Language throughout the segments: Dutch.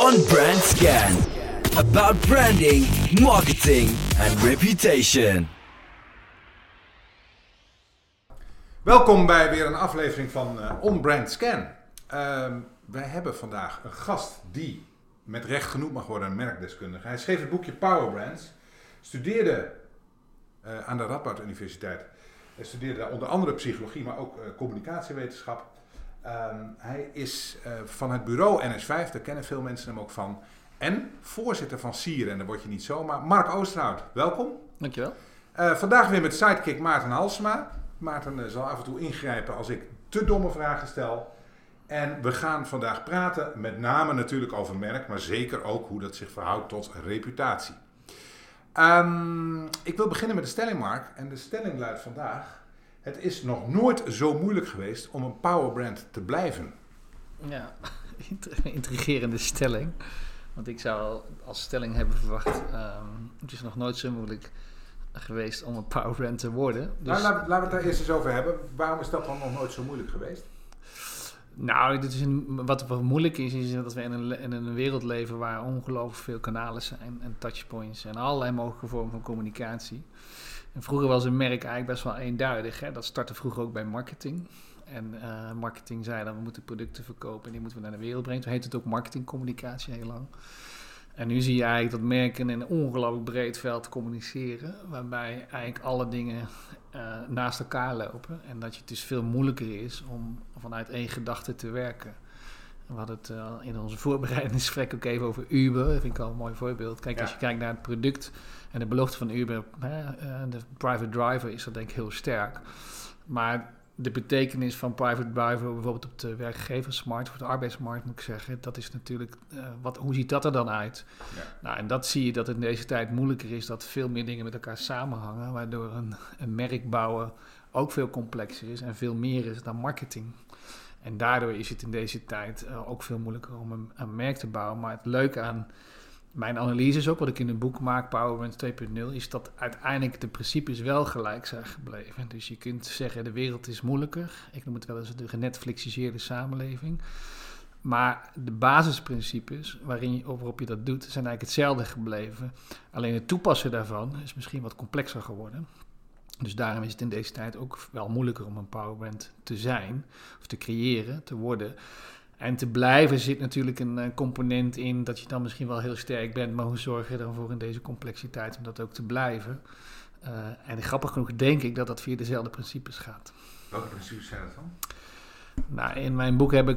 On Brand Scan. About branding, marketing and reputation. Welkom bij weer een aflevering van On Brand Scan. Wij hebben vandaag een gast die met recht genoemd mag worden een merkdeskundige. Hij schreef het boekje Power Brands, studeerde aan de Radboud Universiteit. Hij studeerde daar onder andere psychologie, maar ook communicatiewetenschap. Hij is van het bureau NS5, daar kennen veel mensen hem ook van. En voorzitter van Sieren, en daar word je niet zomaar. Mark Oosterhout, welkom. Dankjewel. Vandaag weer met sidekick Maarten Halsema. Maarten zal af en toe ingrijpen als ik te domme vragen stel. En we gaan vandaag praten met name natuurlijk over merk, maar zeker ook hoe dat zich verhoudt tot reputatie. Ik wil beginnen met de stelling, Mark. En de stelling luidt vandaag: het is nog nooit zo moeilijk geweest om een powerbrand te blijven. Ja, intrigerende stelling. Want ik zou als stelling hebben verwacht, het is nog nooit zo moeilijk geweest om een powerbrand te worden. Dus... Nou, laten we het daar eerst eens over hebben. Waarom is dat dan nog nooit zo moeilijk geweest? Nou, wat moeilijk is dat we in een wereld leven waar ongelooflijk veel kanalen zijn en touchpoints en allerlei mogelijke vormen van communicatie. En vroeger was een merk eigenlijk best wel eenduidig. Hè? Dat startte vroeger ook bij marketing. En marketing zei dan, we moeten producten verkopen en die moeten we naar de wereld brengen. Toen heette het ook marketingcommunicatie heel lang. En nu zie je eigenlijk dat merken in een ongelooflijk breed veld communiceren, waarbij eigenlijk alle dingen naast elkaar lopen. En dat het dus veel moeilijker is om vanuit één gedachte te werken. We hadden het in onze voorbereidingsgesprek ook even over Uber. Dat vind ik al een mooi voorbeeld. Kijk, als je kijkt naar het product en de belofte van Uber, de private driver is dat denk ik heel sterk. Maar de betekenis van private driver bijvoorbeeld op de werkgeversmarkt, of de arbeidsmarkt moet ik zeggen, dat is natuurlijk, hoe ziet dat er dan uit? Ja. Nou, en dat zie je dat het in deze tijd moeilijker is, dat veel meer dingen met elkaar samenhangen, waardoor een merk bouwen ook veel complexer is en veel meer is dan marketing. En daardoor is het in deze tijd ook veel moeilijker om een merk te bouwen. Maar het leuke aan mijn analyse is ook, wat ik in het boek maak, Powerbrand 2.0, is dat uiteindelijk de principes wel gelijk zijn gebleven. Dus je kunt zeggen, de wereld is moeilijker. Ik noem het wel eens de genetflixiseerde samenleving. Maar de basisprincipes waarop je dat doet, zijn eigenlijk hetzelfde gebleven. Alleen het toepassen daarvan is misschien wat complexer geworden. Dus daarom is het in deze tijd ook wel moeilijker om een powerbrand te zijn, of te creëren, te worden. En te blijven zit natuurlijk een component in dat je dan misschien wel heel sterk bent, maar hoe zorg je dan voor in deze complexiteit om dat ook te blijven? En grappig genoeg denk ik dat dat via dezelfde principes gaat. Welke principes zijn dat dan? Nou, in mijn boek heb ik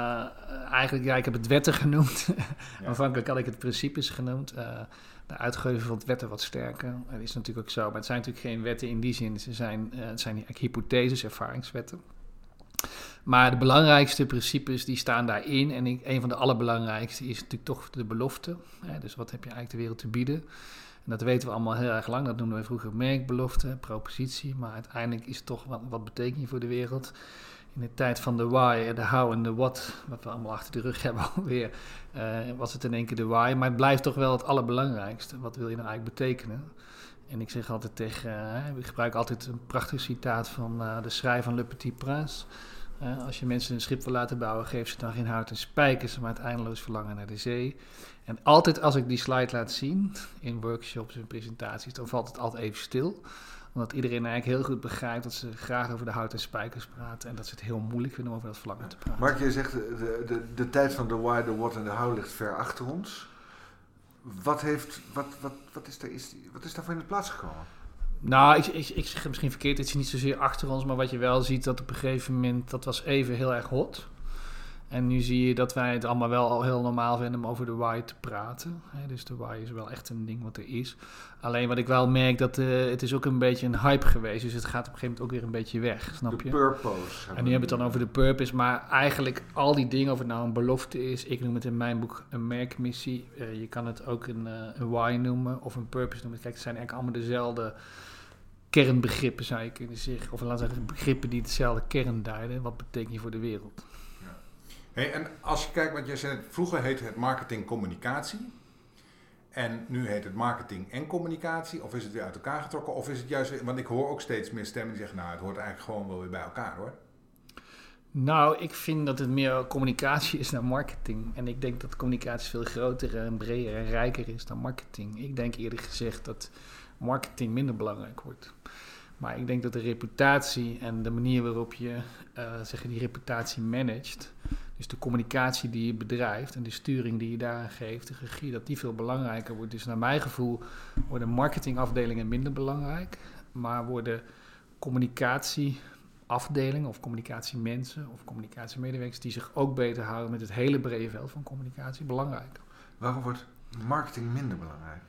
ik heb het wetten genoemd. Ja. Aanvankelijk had ik het principes genoemd. De uitgever vond wetten wat sterker. Dat is natuurlijk ook zo, maar het zijn natuurlijk geen wetten in die zin. Het zijn eigenlijk hypotheses, ervaringswetten. Maar de belangrijkste principes die staan daarin. En een van de allerbelangrijkste is natuurlijk toch de belofte. Dus wat heb je eigenlijk de wereld te bieden? En dat weten we allemaal heel erg lang. Dat noemden we vroeger merkbelofte, propositie. Maar uiteindelijk is het toch wat betekent je voor de wereld? In de tijd van de why, de how en de what, wat we allemaal achter de rug hebben alweer, was het in één keer de why. Maar het blijft toch wel het allerbelangrijkste. Wat wil je nou eigenlijk betekenen? En ik zeg altijd ik gebruik altijd een prachtig citaat van de schrijver van Le Petit Prince. Als je mensen een schip wil laten bouwen, geef ze dan geen hout en spijkers, maar het eindeloos verlangen naar de zee. En altijd als ik die slide laat zien, in workshops en presentaties, dan valt het altijd even stil. Omdat iedereen eigenlijk heel goed begrijpt dat ze graag over de hout en spijkers praten. En dat ze het heel moeilijk vinden om over dat verlangen te praten. Mark, je zegt de tijd van de why, de what en de how ligt ver achter ons. Wat is daarvoor in de plaats gekomen? Nou, ik zeg het misschien verkeerd, het is niet zozeer achter ons, maar wat je wel ziet, dat op een gegeven moment, dat was even heel erg hot. En nu zie je dat wij het allemaal wel al heel normaal vinden om over de why te praten. Dus de why is wel echt een ding wat er is. Alleen wat ik wel merk, dat het is ook een beetje een hype geweest. Dus het gaat op een gegeven moment ook weer een beetje weg, snap je? De purpose. En nu hebben we het dan over de purpose. Maar eigenlijk al die dingen, of het nou een belofte is. Ik noem het in mijn boek een merkmissie. Je kan het ook een why noemen of een purpose noemen. Kijk, het zijn eigenlijk allemaal dezelfde kernbegrippen, zou je kunnen zeggen. Of laten we zeggen, begrippen die dezelfde kern duiden. Wat betekent je voor de wereld? Hey, en als je kijkt, want jij zei, vroeger heette het marketing communicatie. En nu heet het marketing en communicatie. Of is het weer uit elkaar getrokken? Of is het juist, want ik hoor ook steeds meer stemmen die zeggen, nou, het hoort eigenlijk gewoon wel weer bij elkaar, hoor. Nou, ik vind dat het meer communicatie is dan marketing. En ik denk dat communicatie veel groter en breder en rijker is dan marketing. Ik denk eerder gezegd dat marketing minder belangrijk wordt. Maar ik denk dat de reputatie en de manier waarop je die reputatie managt, dus de communicatie die je bedrijft en de sturing die je daaraan geeft, de regie, dat die veel belangrijker wordt. Dus naar mijn gevoel worden marketingafdelingen minder belangrijk, maar worden communicatieafdelingen of communicatiemensen of communicatiemedewerkers die zich ook beter houden met het hele brede veld van communicatie belangrijk. Waarom wordt marketing minder belangrijk?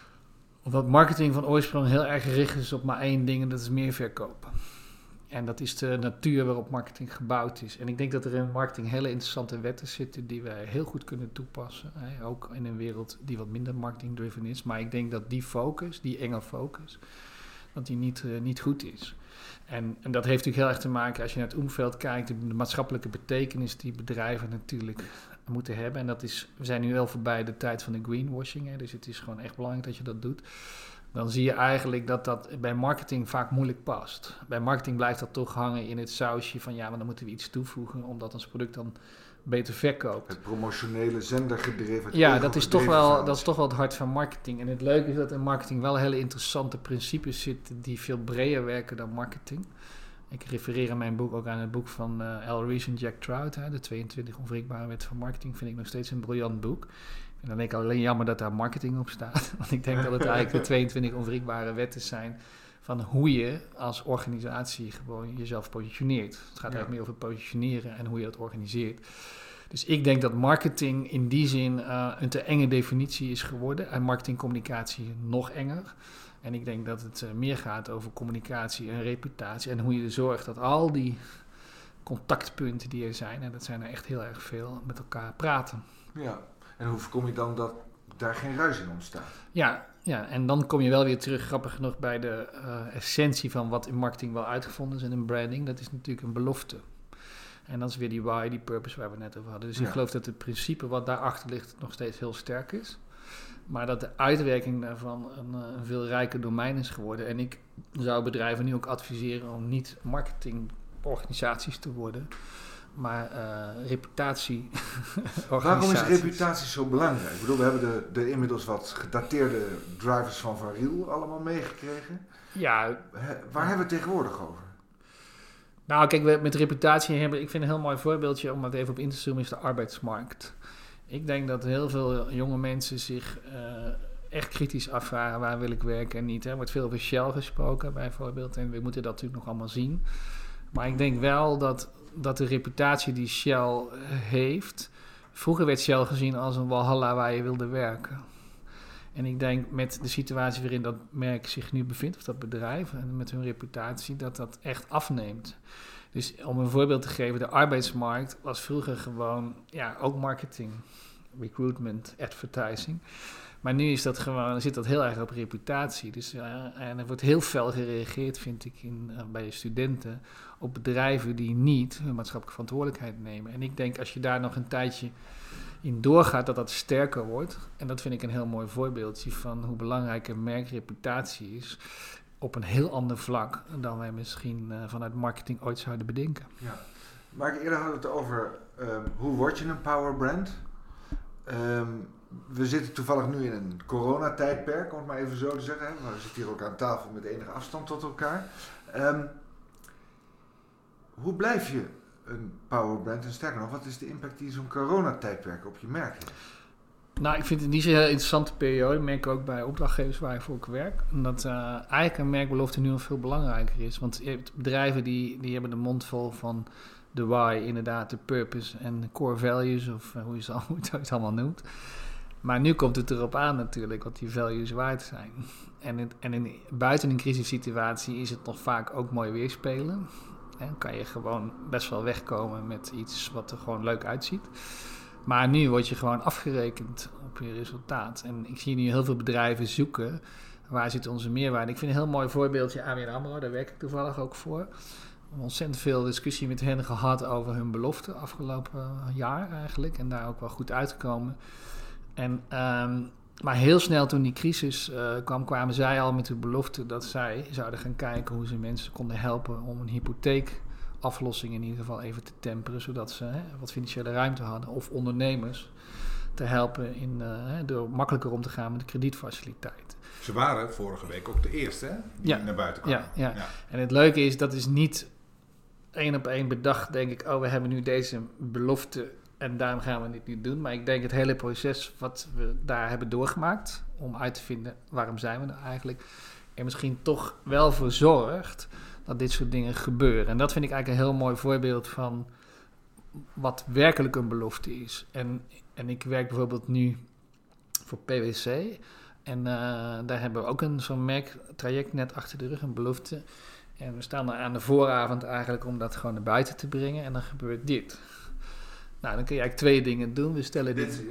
Omdat marketing van oorsprong heel erg gericht is op maar één ding en dat is meer verkopen. En dat is de natuur waarop marketing gebouwd is. En ik denk dat er in marketing hele interessante wetten zitten die wij heel goed kunnen toepassen. Ook in een wereld die wat minder marketing-driven is. Maar ik denk dat die focus, die enge focus, dat die niet goed is. En dat heeft natuurlijk heel erg te maken, als je naar het omveld kijkt, de maatschappelijke betekenis die bedrijven natuurlijk moeten hebben. En dat is, we zijn nu wel voorbij de tijd van de greenwashing, dus het is gewoon echt belangrijk dat je dat doet. Dan zie je eigenlijk dat bij marketing vaak moeilijk past. Bij marketing blijft dat toch hangen in het sausje van ja, maar dan moeten we iets toevoegen omdat ons product dan beter verkoopt. Het promotionele zendergedreven. Ja, dat is toch wel het hart van marketing. En het leuke is dat in marketing wel hele interessante principes zitten die veel breder werken dan marketing. Ik refereer in mijn boek ook aan het boek van Al Ries en Jack Trout. De 22 onwrikbare wetten van marketing vind ik nog steeds een briljant boek. En dan denk ik alleen jammer dat daar marketing op staat. Want ik denk dat het eigenlijk de 22 onwrikbare wetten zijn van hoe je als organisatie gewoon jezelf positioneert. Het gaat eigenlijk meer over positioneren en hoe je dat organiseert. Dus ik denk dat marketing in die zin een te enge definitie is geworden. En marketingcommunicatie nog enger. En ik denk dat het meer gaat over communicatie en reputatie. En hoe je zorgt dat al die contactpunten die er zijn, en dat zijn er echt heel erg veel, met elkaar praten. Ja, en hoe voorkom je dan dat daar geen ruis in ontstaat? Ja, en dan kom je wel weer terug, grappig genoeg, bij de essentie van wat in marketing wel uitgevonden is en in branding. Dat is natuurlijk een belofte. En dat is weer die why, die purpose waar we net over hadden. Dus ik geloof dat het principe wat daarachter ligt nog steeds heel sterk is. Maar dat de uitwerking daarvan een veel rijker domein is geworden. En ik zou bedrijven nu ook adviseren om niet marketingorganisaties te worden, maar reputatieorganisaties. Waarom is reputatie zo belangrijk? Ik bedoel, we hebben de inmiddels wat gedateerde drivers van Van Riel allemaal meegekregen. Ja. Waar hebben we het tegenwoordig over? Nou, kijk, met reputatie hebben, ik vind een heel mooi voorbeeldje om het even op in te zoomen, is de arbeidsmarkt. Ik denk dat heel veel jonge mensen zich echt kritisch afvragen, waar wil ik werken en niet. Er wordt veel over Shell gesproken bijvoorbeeld en we moeten dat natuurlijk nog allemaal zien. Maar ik denk wel dat de reputatie die Shell heeft, vroeger werd Shell gezien als een walhalla waar je wilde werken. En ik denk met de situatie waarin dat merk zich nu bevindt, of dat bedrijf, en met hun reputatie, dat echt afneemt. Dus om een voorbeeld te geven, de arbeidsmarkt was vroeger gewoon, ook marketing, recruitment, advertising. Maar nu is dat gewoon, zit dat heel erg op reputatie. Dus, en er wordt heel fel gereageerd, vind ik, bij studenten, op bedrijven die niet hun maatschappelijke verantwoordelijkheid nemen. En ik denk, als je daar nog een tijdje in doorgaat, dat sterker wordt. En dat vind ik een heel mooi voorbeeldje van hoe belangrijk een merkreputatie is op een heel ander vlak dan wij misschien vanuit marketing ooit zouden bedenken. Ja. Maar eerder hadden we het over hoe word je een power brand? We zitten toevallig nu in een coronatijdperk, om het maar even zo te zeggen. Maar we zitten hier ook aan tafel met enige afstand tot elkaar. Hoe blijf je een power brand? En sterker nog, wat is de impact die zo'n coronatijdperk op je merk heeft? Nou, ik vind het niet zo'n heel interessante periode. Ik merk ook bij opdrachtgevers waar ik voor werk. Dat eigenlijk een merkbelofte nu al veel belangrijker is. Want je hebt bedrijven die hebben de mond vol van de why, inderdaad, de purpose en de core values, of hoe je het allemaal noemt. Maar nu komt het erop aan natuurlijk wat die values waard zijn. En buiten een crisissituatie is het nog vaak ook mooi weerspelen. Dan kan je gewoon best wel wegkomen met iets wat er gewoon leuk uitziet. Maar nu word je gewoon afgerekend op je resultaat. En ik zie nu heel veel bedrijven zoeken, waar zit onze meerwaarde? Ik vind een heel mooi voorbeeldje ABN AMRO, daar werk ik toevallig ook voor. We hebben ontzettend veel discussie met hen gehad over hun belofte afgelopen jaar eigenlijk. En daar ook wel goed uitgekomen. Maar heel snel toen die crisis kwam, kwamen zij al met de belofte dat zij zouden gaan kijken hoe ze mensen konden helpen om een hypotheek aflossingen in ieder geval even te temperen, zodat ze wat financiële ruimte hadden. Of ondernemers te helpen door makkelijker om te gaan met de kredietfaciliteit. Ze waren vorige week ook de eerste, hè, die naar buiten kwamen. Ja. En het leuke is, dat is niet 1 op 1 bedacht, denk ik, we hebben nu deze belofte en daarom gaan we dit nu doen. Maar ik denk het hele proces wat we daar hebben doorgemaakt, om uit te vinden waarom zijn we er eigenlijk, en misschien toch wel voor zorgt dat dit soort dingen gebeuren. En dat vind ik eigenlijk een heel mooi voorbeeld van wat werkelijk een belofte is. En ik werk bijvoorbeeld nu voor PwC. En daar hebben we ook zo'n merktraject net achter de rug, een belofte. En we staan er aan de vooravond eigenlijk om dat gewoon naar buiten te brengen. En dan gebeurt dit. Nou, dan kun je eigenlijk 2 dingen doen. We stellen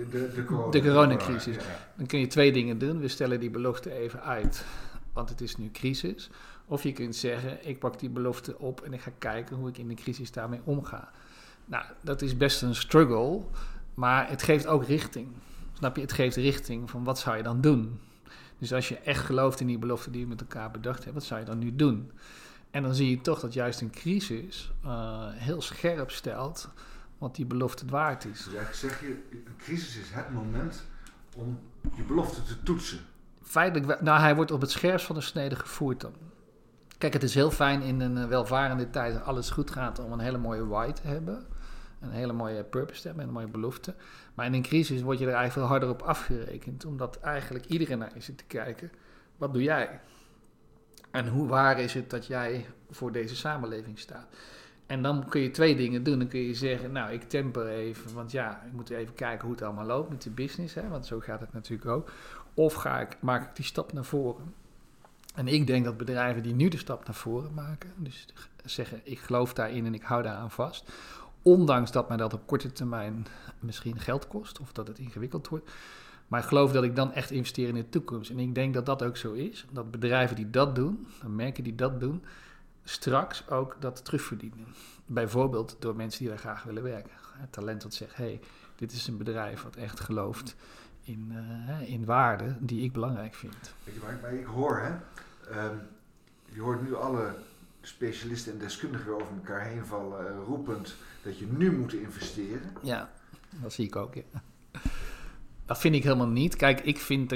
de coronacrisis. Dan kun je 2 dingen doen. We stellen die belofte even uit, want het is nu crisis. Of je kunt zeggen, ik pak die belofte op en ik ga kijken hoe ik in de crisis daarmee omga. Nou, dat is best een struggle, maar het geeft ook richting. Snap je? Het geeft richting van wat zou je dan doen? Dus als je echt gelooft in die belofte die je met elkaar bedacht hebt, wat zou je dan nu doen? En dan zie je toch dat juist een crisis heel scherp stelt wat die belofte het waard is. Dus eigenlijk zeg je, een crisis is het moment om je belofte te toetsen. Feitelijk, hij wordt op het scherpst van de snede gevoerd dan. Kijk, het is heel fijn in een welvarende tijd, als alles goed gaat, om een hele mooie why te hebben. Een hele mooie purpose te hebben, een mooie belofte. Maar in een crisis word je er eigenlijk veel harder op afgerekend, omdat eigenlijk iedereen naar je zit te kijken. Wat doe jij? En hoe waar is het dat jij voor deze samenleving staat? En dan kun je 2 dingen doen. Dan kun je zeggen, nou, ik temper even, want ja, ik moet even kijken hoe het allemaal loopt met de business, hè, want zo gaat het natuurlijk ook. Of maak ik die stap naar voren? En ik denk dat bedrijven die nu de stap naar voren maken, dus zeggen, ik geloof daarin en ik hou daaraan vast, ondanks dat mij dat op korte termijn misschien geld kost, of dat het ingewikkeld wordt, maar ik geloof dat ik dan echt investeer in de toekomst. En ik denk dat dat ook zo is, dat bedrijven die dat doen, merken die dat doen, straks ook dat terugverdienen. Bijvoorbeeld door mensen die daar graag willen werken. Het talent dat zegt, dit is een bedrijf wat echt gelooft in waarden die ik belangrijk vind. Weet je, maar ik hoor, je hoort nu alle specialisten en deskundigen over elkaar heen vallen, roepend dat je nu moet investeren. Ja, dat zie ik ook, ja. Dat vind ik helemaal niet. Kijk, ik vind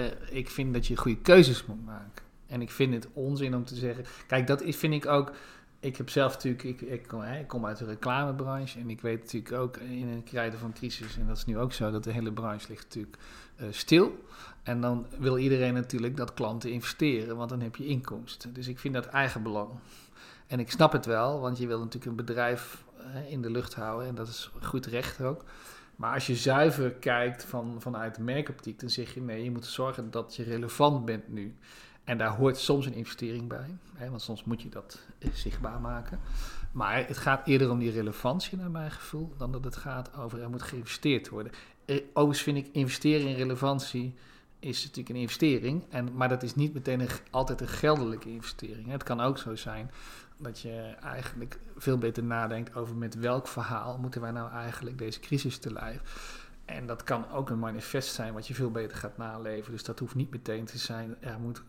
dat je goede keuzes moet maken. En ik vind het onzin om te zeggen... Kijk, dat vind ik ook... Ik heb zelf natuurlijk... Ik kom uit de reclamebranche. En ik weet natuurlijk ook in een tijden van crisis... En dat is nu ook zo, dat de hele branche ligt natuurlijk stil. En dan wil iedereen natuurlijk dat klanten investeren. Want dan heb je inkomsten. Dus ik vind dat eigenbelang. En ik snap het wel, want je wil natuurlijk een bedrijf in de lucht houden. En dat is goed recht ook. Maar als je zuiver kijkt vanuit de merkoptiek... Dan zeg je, nee, je moet zorgen dat je relevant bent nu... En daar hoort soms een investering bij, want soms moet je dat zichtbaar maken. Maar het gaat eerder om die relevantie naar mijn gevoel, dan dat het gaat over er moet geïnvesteerd worden. Overigens vind ik investeren in relevantie is natuurlijk een investering, maar dat is niet meteen altijd een geldelijke investering. Het kan ook zo zijn dat je eigenlijk veel beter nadenkt over met welk verhaal moeten wij nou eigenlijk deze crisis te lijf. En dat kan ook een manifest zijn wat je veel beter gaat naleven. Dus dat hoeft niet meteen te zijn, er moet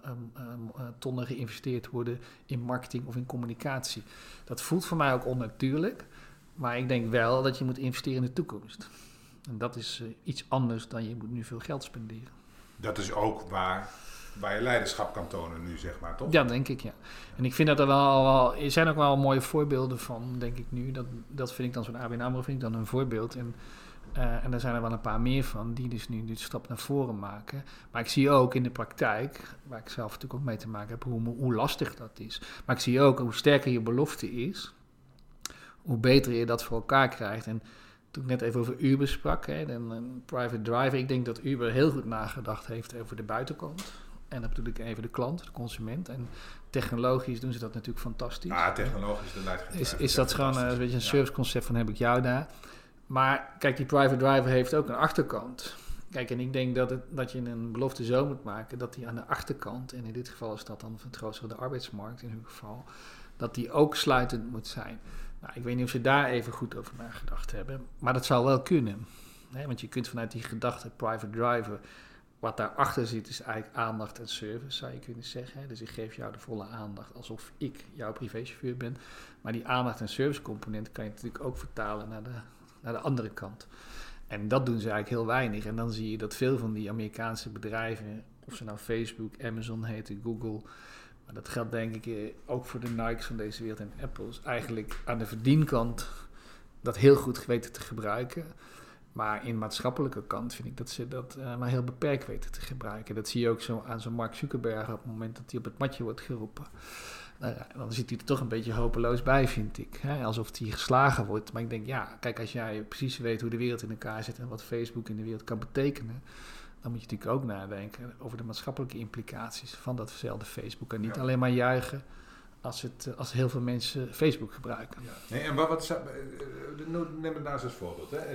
tonnen geïnvesteerd worden in marketing of in communicatie. Dat voelt voor mij ook onnatuurlijk. Maar ik denk wel dat je moet investeren in de toekomst. En dat is iets anders dan je moet nu veel geld spenderen. Dat is ook waar je leiderschap kan tonen nu, zeg maar, toch? Ja, denk ik, ja. En ik vind dat er zijn ook wel mooie voorbeelden van, denk ik nu. Dat vind ik dan zo'n ABN AMRO, vind ik dan een voorbeeld. En daar zijn er wel een paar meer van die dus nu de stap naar voren maken. Maar ik zie ook in de praktijk, waar ik zelf natuurlijk ook mee te maken heb, hoe lastig dat is. Maar ik zie ook hoe sterker je belofte is, hoe beter je dat voor elkaar krijgt. En toen ik net even over Uber sprak, een private driver, ik denk dat Uber heel goed nagedacht heeft over de buitenkant. En dan bedoel ik even de klant, de consument. En technologisch doen ze dat natuurlijk fantastisch. Technologisch, dat lijkt is dat gewoon een beetje een serviceconcept van heb ik jou daar. Maar kijk, die private driver heeft ook een achterkant. Kijk, en ik denk dat je een belofte zo moet maken dat die aan de achterkant, en in dit geval is dat dan van het grootste de arbeidsmarkt in hun geval, dat die ook sluitend moet zijn. Nou, ik weet niet of ze daar even goed over nagedacht hebben, maar dat zou wel kunnen. Want je kunt vanuit die gedachte private driver wat daarachter zit is eigenlijk aandacht en service, zou je kunnen zeggen. Hè? Dus ik geef jou de volle aandacht alsof ik jouw privéchauffeur ben. Maar die aandacht en service component kan je natuurlijk ook vertalen naar de andere kant. En dat doen ze eigenlijk heel weinig. En dan zie je dat veel van die Amerikaanse bedrijven, of ze nou Facebook, Amazon heten, Google, maar dat geldt denk ik ook voor de Nikes van deze wereld en Apples, eigenlijk aan de verdienkant dat heel goed weten te gebruiken. Maar in maatschappelijke kant vind ik dat ze dat maar heel beperkt weten te gebruiken. Dat zie je ook zo aan zo'n Mark Zuckerberg op het moment dat hij op het matje wordt geroepen. Dan zit hij er toch een beetje hopeloos bij, vind ik. Hè? Alsof hij geslagen wordt. Maar ik denk, ja, kijk, als jij precies weet hoe de wereld in elkaar zit en wat Facebook in de wereld kan betekenen, dan moet je natuurlijk ook nadenken over de maatschappelijke implicaties van datzelfde Facebook. En niet alleen maar juichen als heel veel mensen Facebook gebruiken. Ja. Nee, en neem het nou eens als voorbeeld. Hè.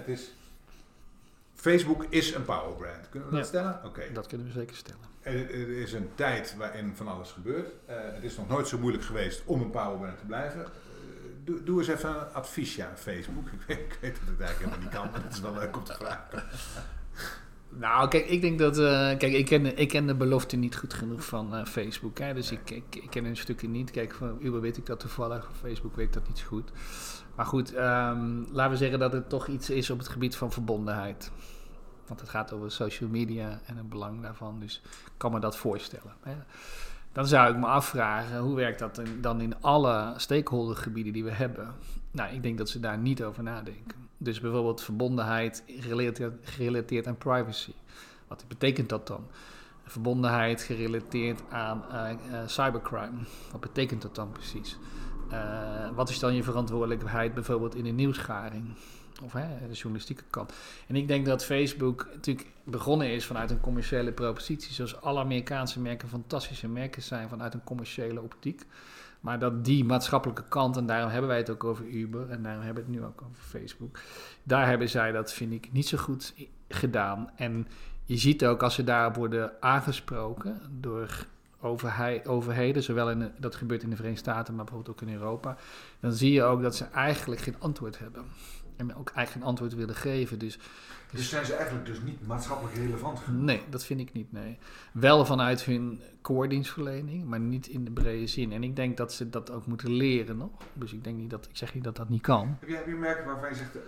Facebook is een powerbrand. Kunnen we dat stellen? Okay. Dat kunnen we zeker stellen. Er is een tijd waarin van alles gebeurt. Het is nog nooit zo moeilijk geweest om een powerbrand te blijven. Doe eens even een adviesje aan Facebook. Ik weet dat het eigenlijk helemaal niet kan, maar het is wel leuk om te vragen. Nou, kijk, ik denk dat... ik ken de belofte niet goed genoeg van Facebook. Hè? Dus ik ken een stukje niet. Kijk, van Uber weet ik dat toevallig. Van Facebook weet ik dat niet zo goed. Maar goed, laten we zeggen dat het toch iets is op het gebied van verbondenheid. Want het gaat over social media en het belang daarvan. Dus ik kan me dat voorstellen. Hè? Dan zou ik me afvragen, hoe werkt dat dan in alle stakeholdergebieden die we hebben? Nou, ik denk dat ze daar niet over nadenken. Dus bijvoorbeeld verbondenheid gerelateerd aan privacy. Wat betekent dat dan? Verbondenheid gerelateerd aan cybercrime. Wat betekent dat dan precies? Wat is dan je verantwoordelijkheid bijvoorbeeld in de nieuwsgaring? Of de journalistieke kant. En ik denk dat Facebook natuurlijk begonnen is vanuit een commerciële propositie. Zoals alle Amerikaanse merken fantastische merken zijn vanuit een commerciële optiek. Maar dat die maatschappelijke kant, en daarom hebben wij het ook over Uber en daarom hebben we het nu ook over Facebook. Daar hebben zij dat, vind ik, niet zo goed gedaan. En je ziet ook als ze daarop worden aangesproken door overheden, zowel dat gebeurt in de Verenigde Staten, maar bijvoorbeeld ook in Europa. Dan zie je ook dat ze eigenlijk geen antwoord hebben. En ook eigenlijk geen antwoord willen geven. Dus zijn ze eigenlijk dus niet maatschappelijk relevant genoeg? Nee, dat vind ik niet, nee. Wel vanuit hun core dienstverlening, maar niet in de brede zin. En ik denk dat ze dat ook moeten leren nog. Dus ik zeg niet dat dat niet kan. Heb je merken waarvan je zegt,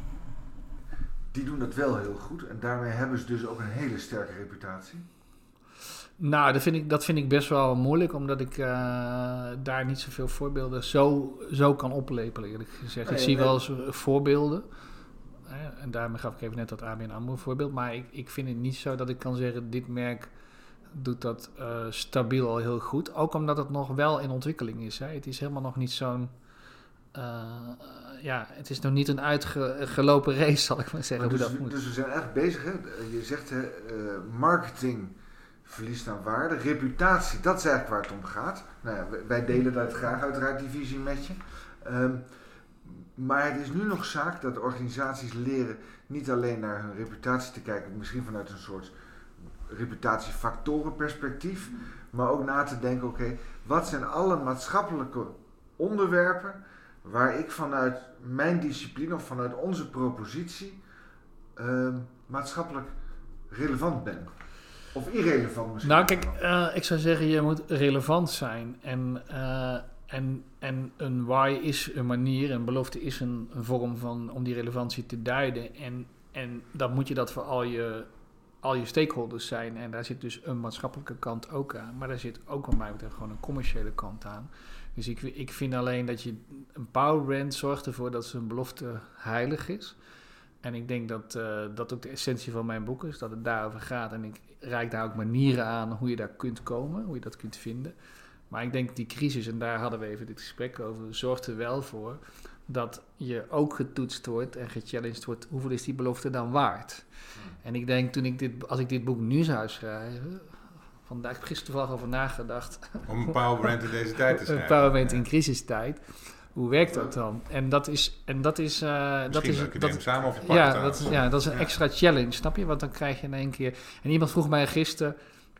die doen dat wel heel goed en daarmee hebben ze dus ook een hele sterke reputatie? Nou, dat vind ik best wel moeilijk, omdat ik daar niet zoveel voorbeelden zo kan oplepelen, eerlijk gezegd. Ik zie wel eens voorbeelden, en daarmee gaf ik even net dat ABN AMRO voorbeeld, maar ik vind het niet zo dat ik kan zeggen, dit merk doet dat stabiel al heel goed. Ook omdat het nog wel in ontwikkeling is. Hè. Het is helemaal nog niet zo'n... het is nog niet een uitgelopen race, zal ik maar zeggen. Maar hoe dat moet. Dus we zijn echt bezig, hè? Je zegt marketing verliest aan waarde. Reputatie, dat is eigenlijk waar het om gaat. Nou ja, wij delen dat graag uiteraard die visie met je. Maar het is nu nog zaak dat organisaties leren niet alleen naar hun reputatie te kijken, misschien vanuit een soort reputatiefactorenperspectief, maar ook na te denken, oké, wat zijn alle maatschappelijke onderwerpen waar ik vanuit mijn discipline of vanuit onze propositie maatschappelijk relevant ben? Of irrelevant misschien? Nou kijk, ik zou zeggen je moet relevant zijn. En een why is een manier, een belofte is een vorm van om die relevantie te duiden. En dan moet je dat voor al je stakeholders zijn. En daar zit dus een maatschappelijke kant ook aan. Maar daar zit ook wat mij betreft gewoon een commerciële kant aan. Dus ik vind alleen dat je een powerbrand zorgt ervoor dat zijn belofte heilig is. En ik denk dat ook de essentie van mijn boek is, dat het daarover gaat. En ik reik daar ook manieren aan hoe je daar kunt komen, hoe je dat kunt vinden. Maar ik denk die crisis, en daar hadden we even dit gesprek over, zorgt er wel voor dat je ook getoetst wordt en gechallenged wordt. Hoeveel is die belofte dan waard? En ik denk, als ik dit boek nu zou schrijven, vandaag, ik heb gisteren toevallig over nagedacht. Om een powerbrand in deze tijd te schrijven. Een powerbrand in crisistijd. Hoe werkt dat dan? En dat is samen of je pakt dat is een extra challenge, snap je? Want dan krijg je in één keer... En iemand vroeg mij gisteren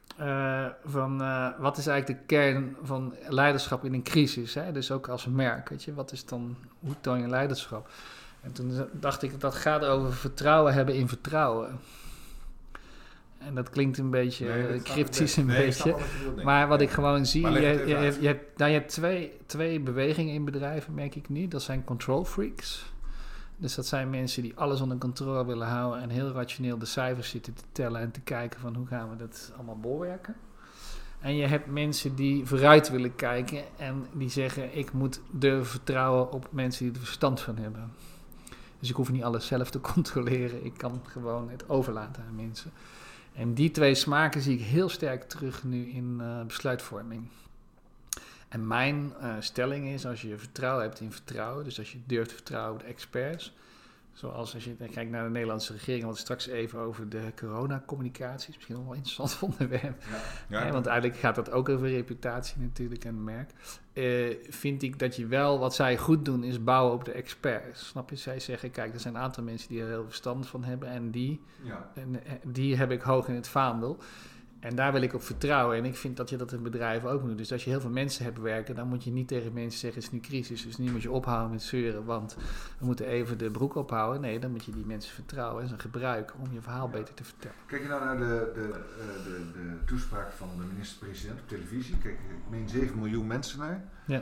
wat is eigenlijk de kern van leiderschap in een crisis? Hè? Dus ook als merk, weet je? Hoe toon je leiderschap? En toen dacht ik, dat gaat over vertrouwen hebben in vertrouwen. En dat klinkt een beetje cryptisch beetje. Maar wat ik gewoon zie, je hebt twee bewegingen in bedrijven, merk ik nu. Dat zijn control freaks. Dus dat zijn mensen die alles onder controle willen houden en heel rationeel de cijfers zitten te tellen en te kijken van hoe gaan we dat allemaal bolwerken. En je hebt mensen die vooruit willen kijken en die zeggen ik moet durven vertrouwen op mensen die er verstand van hebben. Dus ik hoef niet alles zelf te controleren, ik kan gewoon het overlaten aan mensen. En die twee smaken zie ik heel sterk terug nu in besluitvorming. En mijn stelling is, als je vertrouwen hebt in vertrouwen, dus als je durft te vertrouwen op de experts, zoals als je kijkt naar de Nederlandse regering, want straks even over de coronacommunicatie, is misschien nog wel een interessant onderwerp. Ja, want eigenlijk gaat dat ook over reputatie natuurlijk en merk. Vind ik dat je wel, wat zij goed doen, is bouwen op de experts. Snap je? Zij zeggen, kijk, er zijn een aantal mensen die er heel veel verstand van hebben en die heb ik hoog in het vaandel. En daar wil ik op vertrouwen. En ik vind dat je dat in bedrijven ook moet doen. Dus als je heel veel mensen hebt werken, dan moet je niet tegen mensen zeggen, het is nu crisis, dus nu moet je ophouden met zeuren, want we moeten even de broek ophouden. Nee, dan moet je die mensen vertrouwen en ze gebruiken om je verhaal beter te vertellen. Kijk je nou naar de toespraak van de minister-president op televisie? Kijk, ik meen 7 miljoen mensen naar. Ja.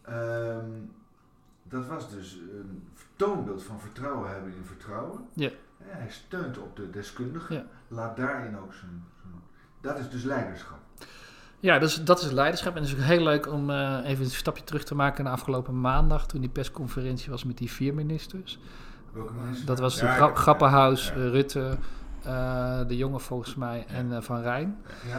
Dat was dus een toonbeeld van vertrouwen hebben in vertrouwen. Ja. Hij steunt op de deskundigen. Ja. Laat daarin ook zijn... Dat is dus leiderschap. Ja, dat is leiderschap. En het is ook heel leuk om even een stapje terug te maken naar afgelopen maandag, toen die persconferentie was met die 4 ministers. Welke ministers? Dat was Grapperhaus, Rutte, de jongen volgens mij en Van Rijn.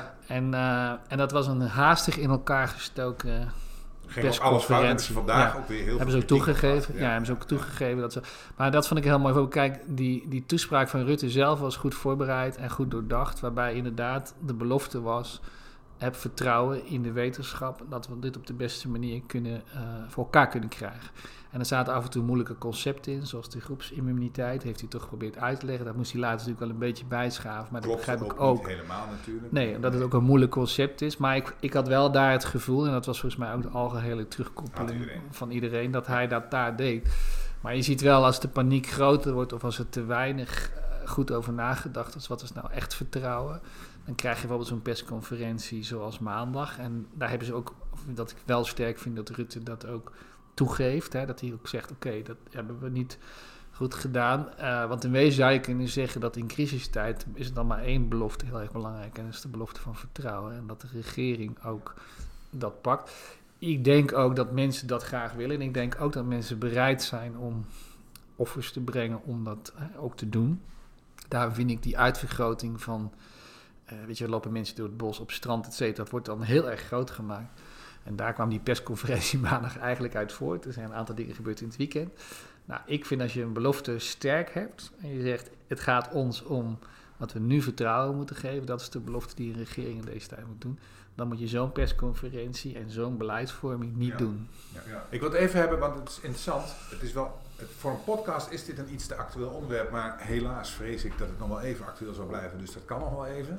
Ja. En dat was een haastig in elkaar gestoken persconferentie. Vandaag ook weer heel hebben ze ook toegegeven. Ja, hebben ze ook toegegeven. Dat ze, maar dat vond ik heel mooi. Kijk, die toespraak van Rutte zelf was goed voorbereid en goed doordacht. Waarbij inderdaad de belofte was, heb vertrouwen in de wetenschap dat we dit op de beste manier voor elkaar kunnen krijgen. En er zaten af en toe moeilijke concepten in, zoals de groepsimmuniteit. Heeft hij toch geprobeerd uit te leggen. Dat moest hij later natuurlijk wel een beetje bijschaven. Maar klopt, dat begrijp ik ook. Niet helemaal natuurlijk. Nee, dat het ook een moeilijk concept is. Maar ik had wel daar het gevoel, en dat was volgens mij ook de algehele terugkoppeling van iedereen, dat hij dat daar deed. Maar je ziet wel, als de paniek groter wordt of als er te weinig goed over nagedacht is, wat is nou echt vertrouwen, dan krijg je bijvoorbeeld zo'n persconferentie zoals maandag. En daar hebben ze ook, dat ik wel sterk vind dat Rutte dat ook toegeeft, hè, dat hij ook zegt, oké, dat hebben we niet goed gedaan. Want in wezen zou je kunnen zeggen dat in crisistijd is er dan maar één belofte heel erg belangrijk. En dat is de belofte van vertrouwen. En dat de regering ook dat pakt. Ik denk ook dat mensen dat graag willen. En ik denk ook dat mensen bereid zijn om offers te brengen om dat ook te doen. Daar vind ik die uitvergroting van, weet je, lopen mensen door het bos op strand, et cetera. Dat wordt dan heel erg groot gemaakt. En daar kwam die persconferentie maandag eigenlijk uit voort. Er zijn een aantal dingen gebeurd in het weekend. Nou, ik vind als je een belofte sterk hebt en je zegt, het gaat ons om wat we nu vertrouwen moeten geven, dat is de belofte die een regering in deze tijd moet doen, dan moet je zo'n persconferentie en zo'n beleidsvorming niet doen. Ja. Ik wil het even hebben, want het is interessant. Het is wel, voor een podcast is dit een iets te actueel onderwerp, maar helaas vrees ik dat het nog wel even actueel zal blijven, dus dat kan nog wel even.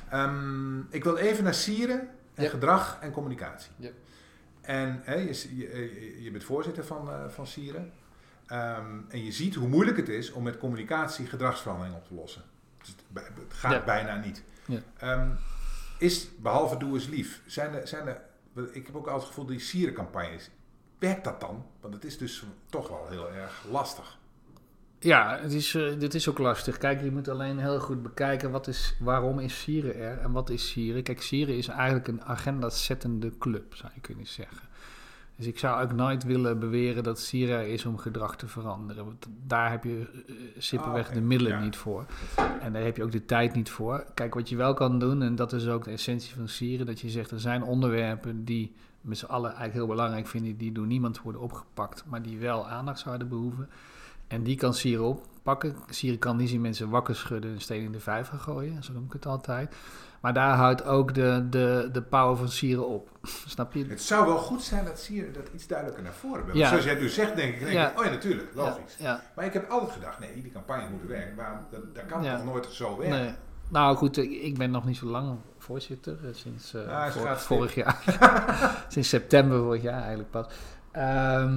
Ik wil even naar sieren en gedrag en communicatie. Ja. En je bent voorzitter van Sieren. En je ziet hoe moeilijk het is om met communicatie gedragsverandering op te lossen. Dus het gaat bijna niet. Ja. Behalve doe eens lief, ik heb ook altijd het gevoel, die Sieren-campagnes, werkt dat dan? Want het is dus toch wel heel erg lastig. Ja, dit is ook lastig. Kijk, je moet alleen heel goed bekijken waarom is Sieren er en wat is Sieren. Kijk, Sieren is eigenlijk een agenda-zettende club, zou je kunnen zeggen. Dus ik zou ook nooit willen beweren dat Sieren er is om gedrag te veranderen. Want daar heb je simpelweg de middelen niet voor. En daar heb je ook de tijd niet voor. Kijk, wat je wel kan doen, en dat is ook de essentie van Sieren, dat je zegt, er zijn onderwerpen die met z'n allen eigenlijk heel belangrijk vinden, die door niemand worden opgepakt, maar die wel aandacht zouden behoeven. En die kan Sieren oppakken. Sieren kan niet zien mensen wakker schudden en steen in de vijver gooien. Zo noem ik het altijd. Maar daar houdt ook de power van Sieren op. Snap je? Het zou wel goed zijn dat Sieren dat iets duidelijker naar voren brengt. Ja. Zoals jij nu zegt, denk ik, oh ja, natuurlijk, logisch. Ja. Maar ik heb altijd gedacht, nee, die campagne moet werken. Maar dat kan toch nooit zo werken? Nee. Nou goed, ik ben nog niet zo lang voorzitter. Sinds vorig jaar. Sinds september vorig jaar eigenlijk pas.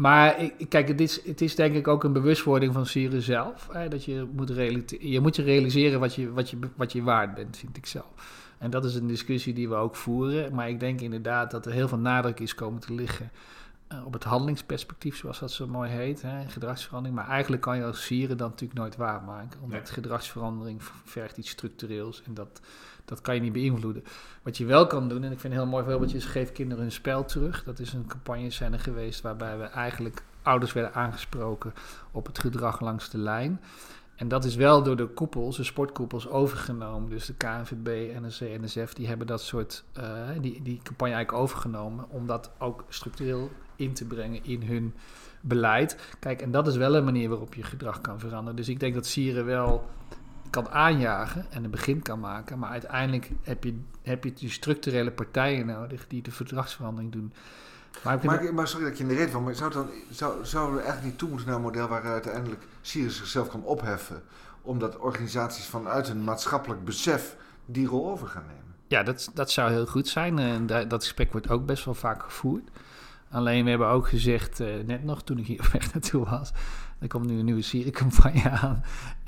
Maar kijk, het is denk ik ook een bewustwording van sieren zelf. Dat je moet je realiseren wat je waard bent, vind ik zelf. En dat is een discussie die we ook voeren. Maar ik denk inderdaad dat er heel veel nadruk is komen te liggen op het handelingsperspectief, zoals dat zo mooi heet, gedragsverandering. Maar eigenlijk kan je als sieren dat natuurlijk nooit waarmaken. Omdat gedragsverandering vergt iets structureels en dat kan je niet beïnvloeden. Wat je wel kan doen, en ik vind een heel mooi voorbeeldje, is geef kinderen hun spel terug. Dat is een campagne zijn er geweest waarbij we eigenlijk ouders werden aangesproken op het gedrag langs de lijn. En dat is wel door de sportkoepels overgenomen. Dus de KNVB, NSC, NSF, die hebben dat soort, die campagne eigenlijk overgenomen om dat ook structureel in te brengen in hun beleid. Kijk, en dat is wel een manier waarop je gedrag kan veranderen. Dus ik denk dat sieren wel kan aanjagen en een begin kan maken. Maar uiteindelijk heb je die structurele partijen nodig die de verdragsverandering doen. Maar sorry dat je in de reden van, maar zouden we eigenlijk niet toe moeten naar een model waar uiteindelijk sieren zichzelf kan opheffen, omdat organisaties vanuit een maatschappelijk besef die rol over gaan nemen? Ja, dat zou heel goed zijn. Dat gesprek wordt ook best wel vaak gevoerd. Alleen we hebben ook gezegd, net nog toen ik hier op weg naartoe was, er komt nu een nieuwe sierencampagne aan.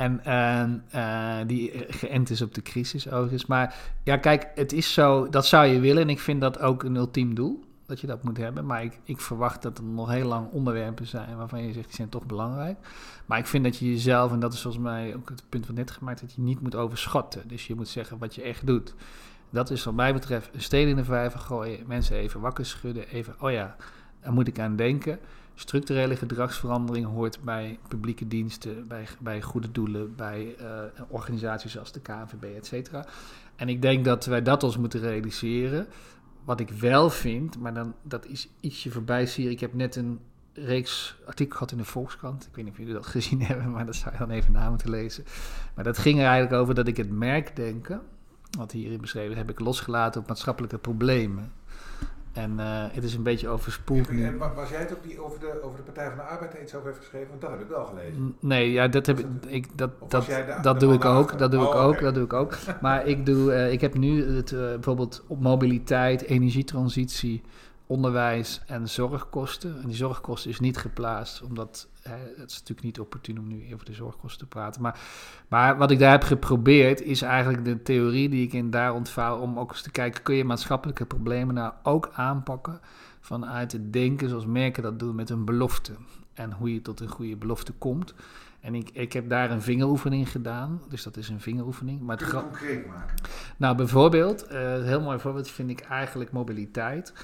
En die geënt is op de crisis overigens. Maar ja, kijk, het is zo, dat zou je willen. En ik vind dat ook een ultiem doel, dat je dat moet hebben. Maar ik verwacht dat er nog heel lang onderwerpen zijn waarvan je zegt, die zijn toch belangrijk. Maar ik vind dat je jezelf, en dat is volgens mij ook het punt wat net gemaakt, dat je niet moet overschatten. Dus je moet zeggen wat je echt doet. Dat is wat mij betreft een steen in de vijver gooien, mensen even wakker schudden, even, oh ja, daar moet ik aan denken. Structurele gedragsverandering hoort bij publieke diensten, bij goede doelen, bij organisaties als de KNVB, et cetera. En ik denk dat wij dat ons moeten realiseren. Wat ik wel vind, maar dan dat is ietsje voorbij, Sier. Ik heb net een reeks artikelen gehad in de Volkskrant. Ik weet niet of jullie dat gezien hebben, maar dat zou je dan even na moeten lezen. Maar dat ging er eigenlijk over dat ik het merkdenken, wat hierin beschreven heb ik losgelaten op maatschappelijke problemen. En het is een beetje overspoeld nu. En was jij het ook die over de Partij van de Arbeid iets over heeft geschreven? Want dat heb ik wel gelezen. Nee, ja, dat heb ik. Dat doe ik ook. Dat doe ik ook. Maar ik heb nu het bijvoorbeeld op mobiliteit, energietransitie, onderwijs en zorgkosten. En die zorgkosten is niet geplaatst, omdat het is natuurlijk niet opportun om nu over de zorgkosten te praten. Maar wat ik daar heb geprobeerd is eigenlijk de theorie die ik daar ontvouw, om ook eens te kijken, kun je maatschappelijke problemen nou ook aanpakken vanuit het denken zoals merken dat doen met een belofte. En hoe je tot een goede belofte komt. En ik heb daar een vingeroefening gedaan. Dus dat is een vingeroefening. Maar kun je het concreet maken? Nou, bijvoorbeeld, een heel mooi voorbeeld vind ik eigenlijk mobiliteit.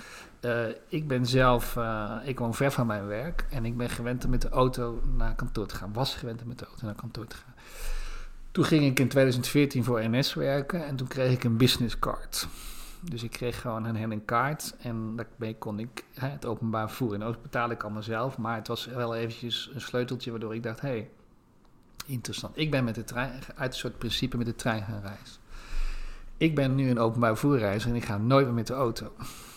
Ik ben zelf, ik woon ver van mijn werk en ik ben gewend om met de auto naar kantoor te gaan. Was gewend om met de auto naar kantoor te gaan. Toen ging ik in 2014 voor NS werken en toen kreeg ik een business card. Dus ik kreeg gewoon een kaart en daarmee kon ik het openbaar vervoer. En ook betaal ik allemaal zelf, maar het was wel eventjes een sleuteltje waardoor ik dacht, hey, interessant. Ik ben met de trein, uit een soort principe met de trein gaan reizen. Ik ben nu een openbaar vervoerreiziger en ik ga nooit meer met de auto.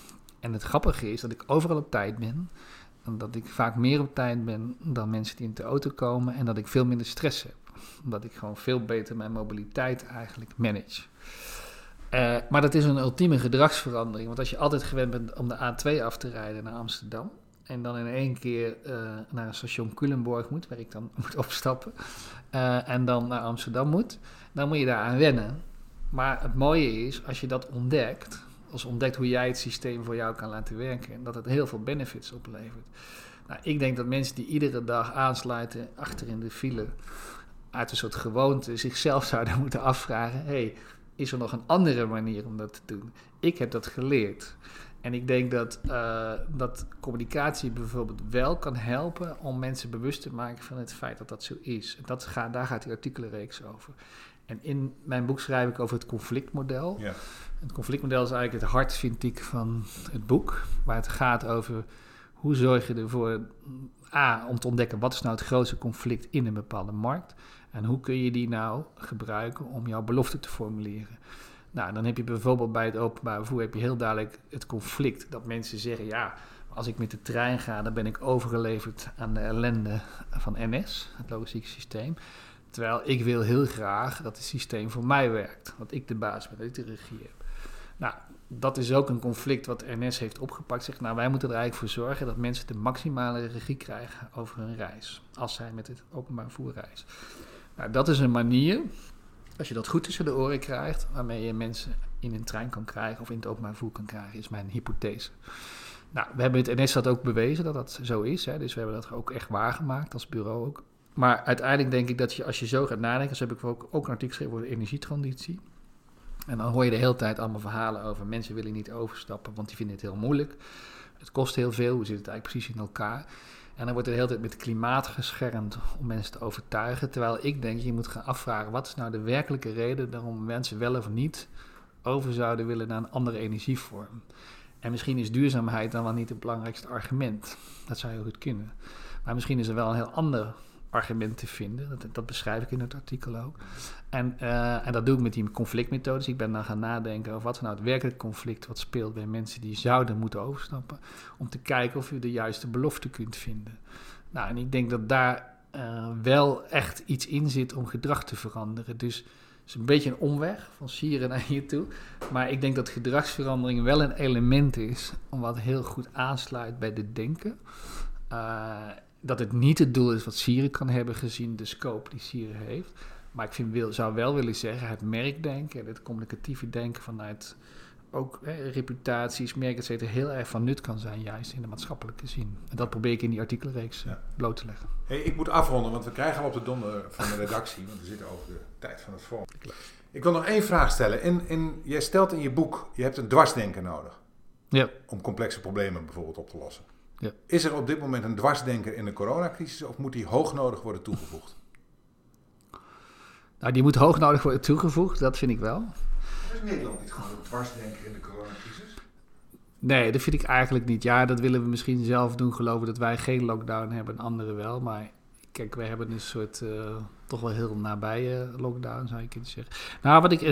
En het grappige is dat ik overal op tijd ben. En dat ik vaak meer op tijd ben dan mensen die in de auto komen. En dat ik veel minder stress heb. Omdat ik gewoon veel beter mijn mobiliteit eigenlijk manage. Maar dat is een ultieme gedragsverandering. Want als je altijd gewend bent om de A2 af te rijden naar Amsterdam. En dan in één keer naar een station Culemborg moet, waar ik dan moet opstappen. En dan naar Amsterdam moet. Dan moet je daaraan wennen. Maar het mooie is, als je dat ontdekt, als ontdekt hoe jij het systeem voor jou kan laten werken, dat het heel veel benefits oplevert. Nou, ik denk dat mensen die iedere dag aansluiten achter in de file, uit een soort gewoonte zichzelf zouden moeten afvragen, hey, is er nog een andere manier om dat te doen? Ik heb dat geleerd. En ik denk dat communicatie bijvoorbeeld wel kan helpen om mensen bewust te maken van het feit dat dat zo is. En daar gaat die artikelenreeks over. En in mijn boek schrijf ik over het conflictmodel. Ja. Het conflictmodel is eigenlijk het hart, vind ik, van het boek. Waar het gaat over hoe zorg je ervoor, om te ontdekken wat is nou het grootste conflict in een bepaalde markt. En hoe kun je die nou gebruiken om jouw belofte te formuleren. Nou, dan heb je bijvoorbeeld bij het openbaar vervoer heb je heel duidelijk het conflict. Dat mensen zeggen, ja, als ik met de trein ga, dan ben ik overgeleverd aan de ellende van NS, het logistieke systeem. Terwijl ik wil heel graag dat het systeem voor mij werkt. Dat ik de baas ben, dat ik de regie heb. Nou, dat is ook een conflict wat NS heeft opgepakt. Zegt, nou, wij moeten er eigenlijk voor zorgen dat mensen de maximale regie krijgen over hun reis. Als zij met het openbaar vervoer reizen. Nou, dat is een manier, als je dat goed tussen de oren krijgt, waarmee je mensen in een trein kan krijgen of in het openbaar vervoer kan krijgen, is mijn hypothese. Nou, we hebben het NS dat ook bewezen dat dat zo is. Hè? Dus we hebben dat ook echt waargemaakt als bureau ook. Maar uiteindelijk denk ik dat je, als je zo gaat nadenken, zo heb ik ook een artikel geschreven over de energietransitie. En dan hoor je de hele tijd allemaal verhalen over mensen willen niet overstappen, want die vinden het heel moeilijk. Het kost heel veel, hoe zit het eigenlijk precies in elkaar? En dan wordt er de hele tijd met klimaat geschermd om mensen te overtuigen. Terwijl ik denk, je moet gaan afvragen, wat is nou de werkelijke reden waarom mensen wel of niet over zouden willen naar een andere energievorm? En misschien is duurzaamheid dan wel niet het belangrijkste argument. Dat zou heel goed kunnen. Maar misschien is er wel een heel ander argument te vinden. Dat beschrijf ik in het artikel ook. En dat doe ik met die conflictmethodes. Ik ben dan gaan nadenken over wat is nou het werkelijk conflict wat speelt bij mensen die zouden moeten overstappen. Om te kijken of je de juiste belofte kunt vinden. Nou, en ik denk dat daar wel echt iets in zit om gedrag te veranderen. Dus het is een beetje een omweg van Sieren naar hier toe. Maar ik denk dat gedragsverandering wel een element is om wat heel goed aansluit bij dit denken. Dat het niet het doel is wat Sieren kan hebben gezien, de scope die Sieren heeft. Maar ik zou wel willen zeggen, het merkdenken, het communicatieve denken vanuit ook reputaties, merk, et cetera, heel erg van nut kan zijn, juist in de maatschappelijke zin. En dat probeer ik in die artikelreeks bloot te leggen. Hey, ik moet afronden, want we krijgen al op de donder van de redactie, want we zitten over de tijd van het forum. Ik wil nog één vraag stellen. Jij stelt in je boek, je hebt een dwarsdenker nodig. Ja. Om complexe problemen bijvoorbeeld op te lossen. Ja. Is er op dit moment een dwarsdenker in de coronacrisis of moet die hoognodig worden toegevoegd? Nou, die moet hoognodig worden toegevoegd, dat vind ik wel. Is Nederland niet gewoon een dwarsdenker in de coronacrisis? Nee, dat vind ik eigenlijk niet. Ja, dat willen we misschien zelf doen, geloven dat wij geen lockdown hebben en anderen wel. Maar kijk, wij hebben een soort toch wel heel nabije lockdown, zou je kunnen zeggen. Nou, wat ik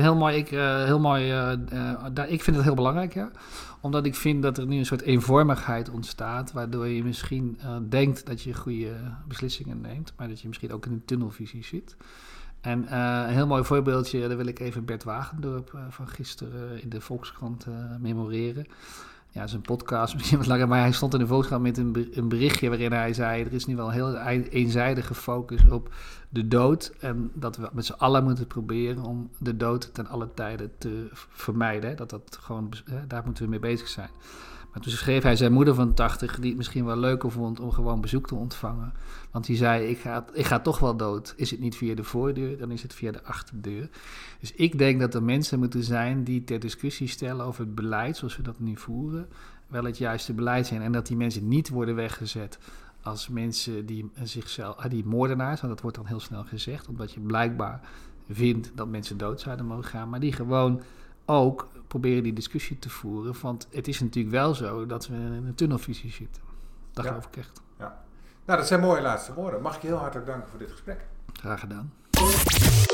ik vind het heel belangrijk, ja. Omdat ik vind dat er nu een soort eenvormigheid ontstaat, waardoor je misschien denkt dat je goede beslissingen neemt, maar dat je misschien ook in een tunnelvisie zit. En een heel mooi voorbeeldje, daar wil ik even Bert Wagendorp van gisteren in de Volkskrant memoreren. Ja, zijn podcast misschien wat langer, maar hij stond in de Volkskrant met een berichtje waarin hij zei, er is nu wel heel eenzijdige focus op de dood en dat we met z'n allen moeten proberen om de dood ten alle tijden te vermijden. Daar moeten we mee bezig zijn. Maar toen schreef hij zijn moeder van 80, die het misschien wel leuker vond om gewoon bezoek te ontvangen. Want die zei, ik ga toch wel dood. Is het niet via de voordeur, dan is het via de achterdeur. Dus ik denk dat er mensen moeten zijn die ter discussie stellen over het beleid, zoals we dat nu voeren, wel het juiste beleid zijn. En dat die mensen niet worden weggezet als mensen die moordenaars, want dat wordt dan heel snel gezegd, omdat je blijkbaar vindt dat mensen dood zouden mogen gaan, maar die gewoon ook proberen die discussie te voeren. Want het is natuurlijk wel zo dat we in een tunnelvisie zitten. Dat geloof ik echt. Ja. Nou, dat zijn mooie laatste woorden. Mag ik je heel hartelijk danken voor dit gesprek. Graag gedaan.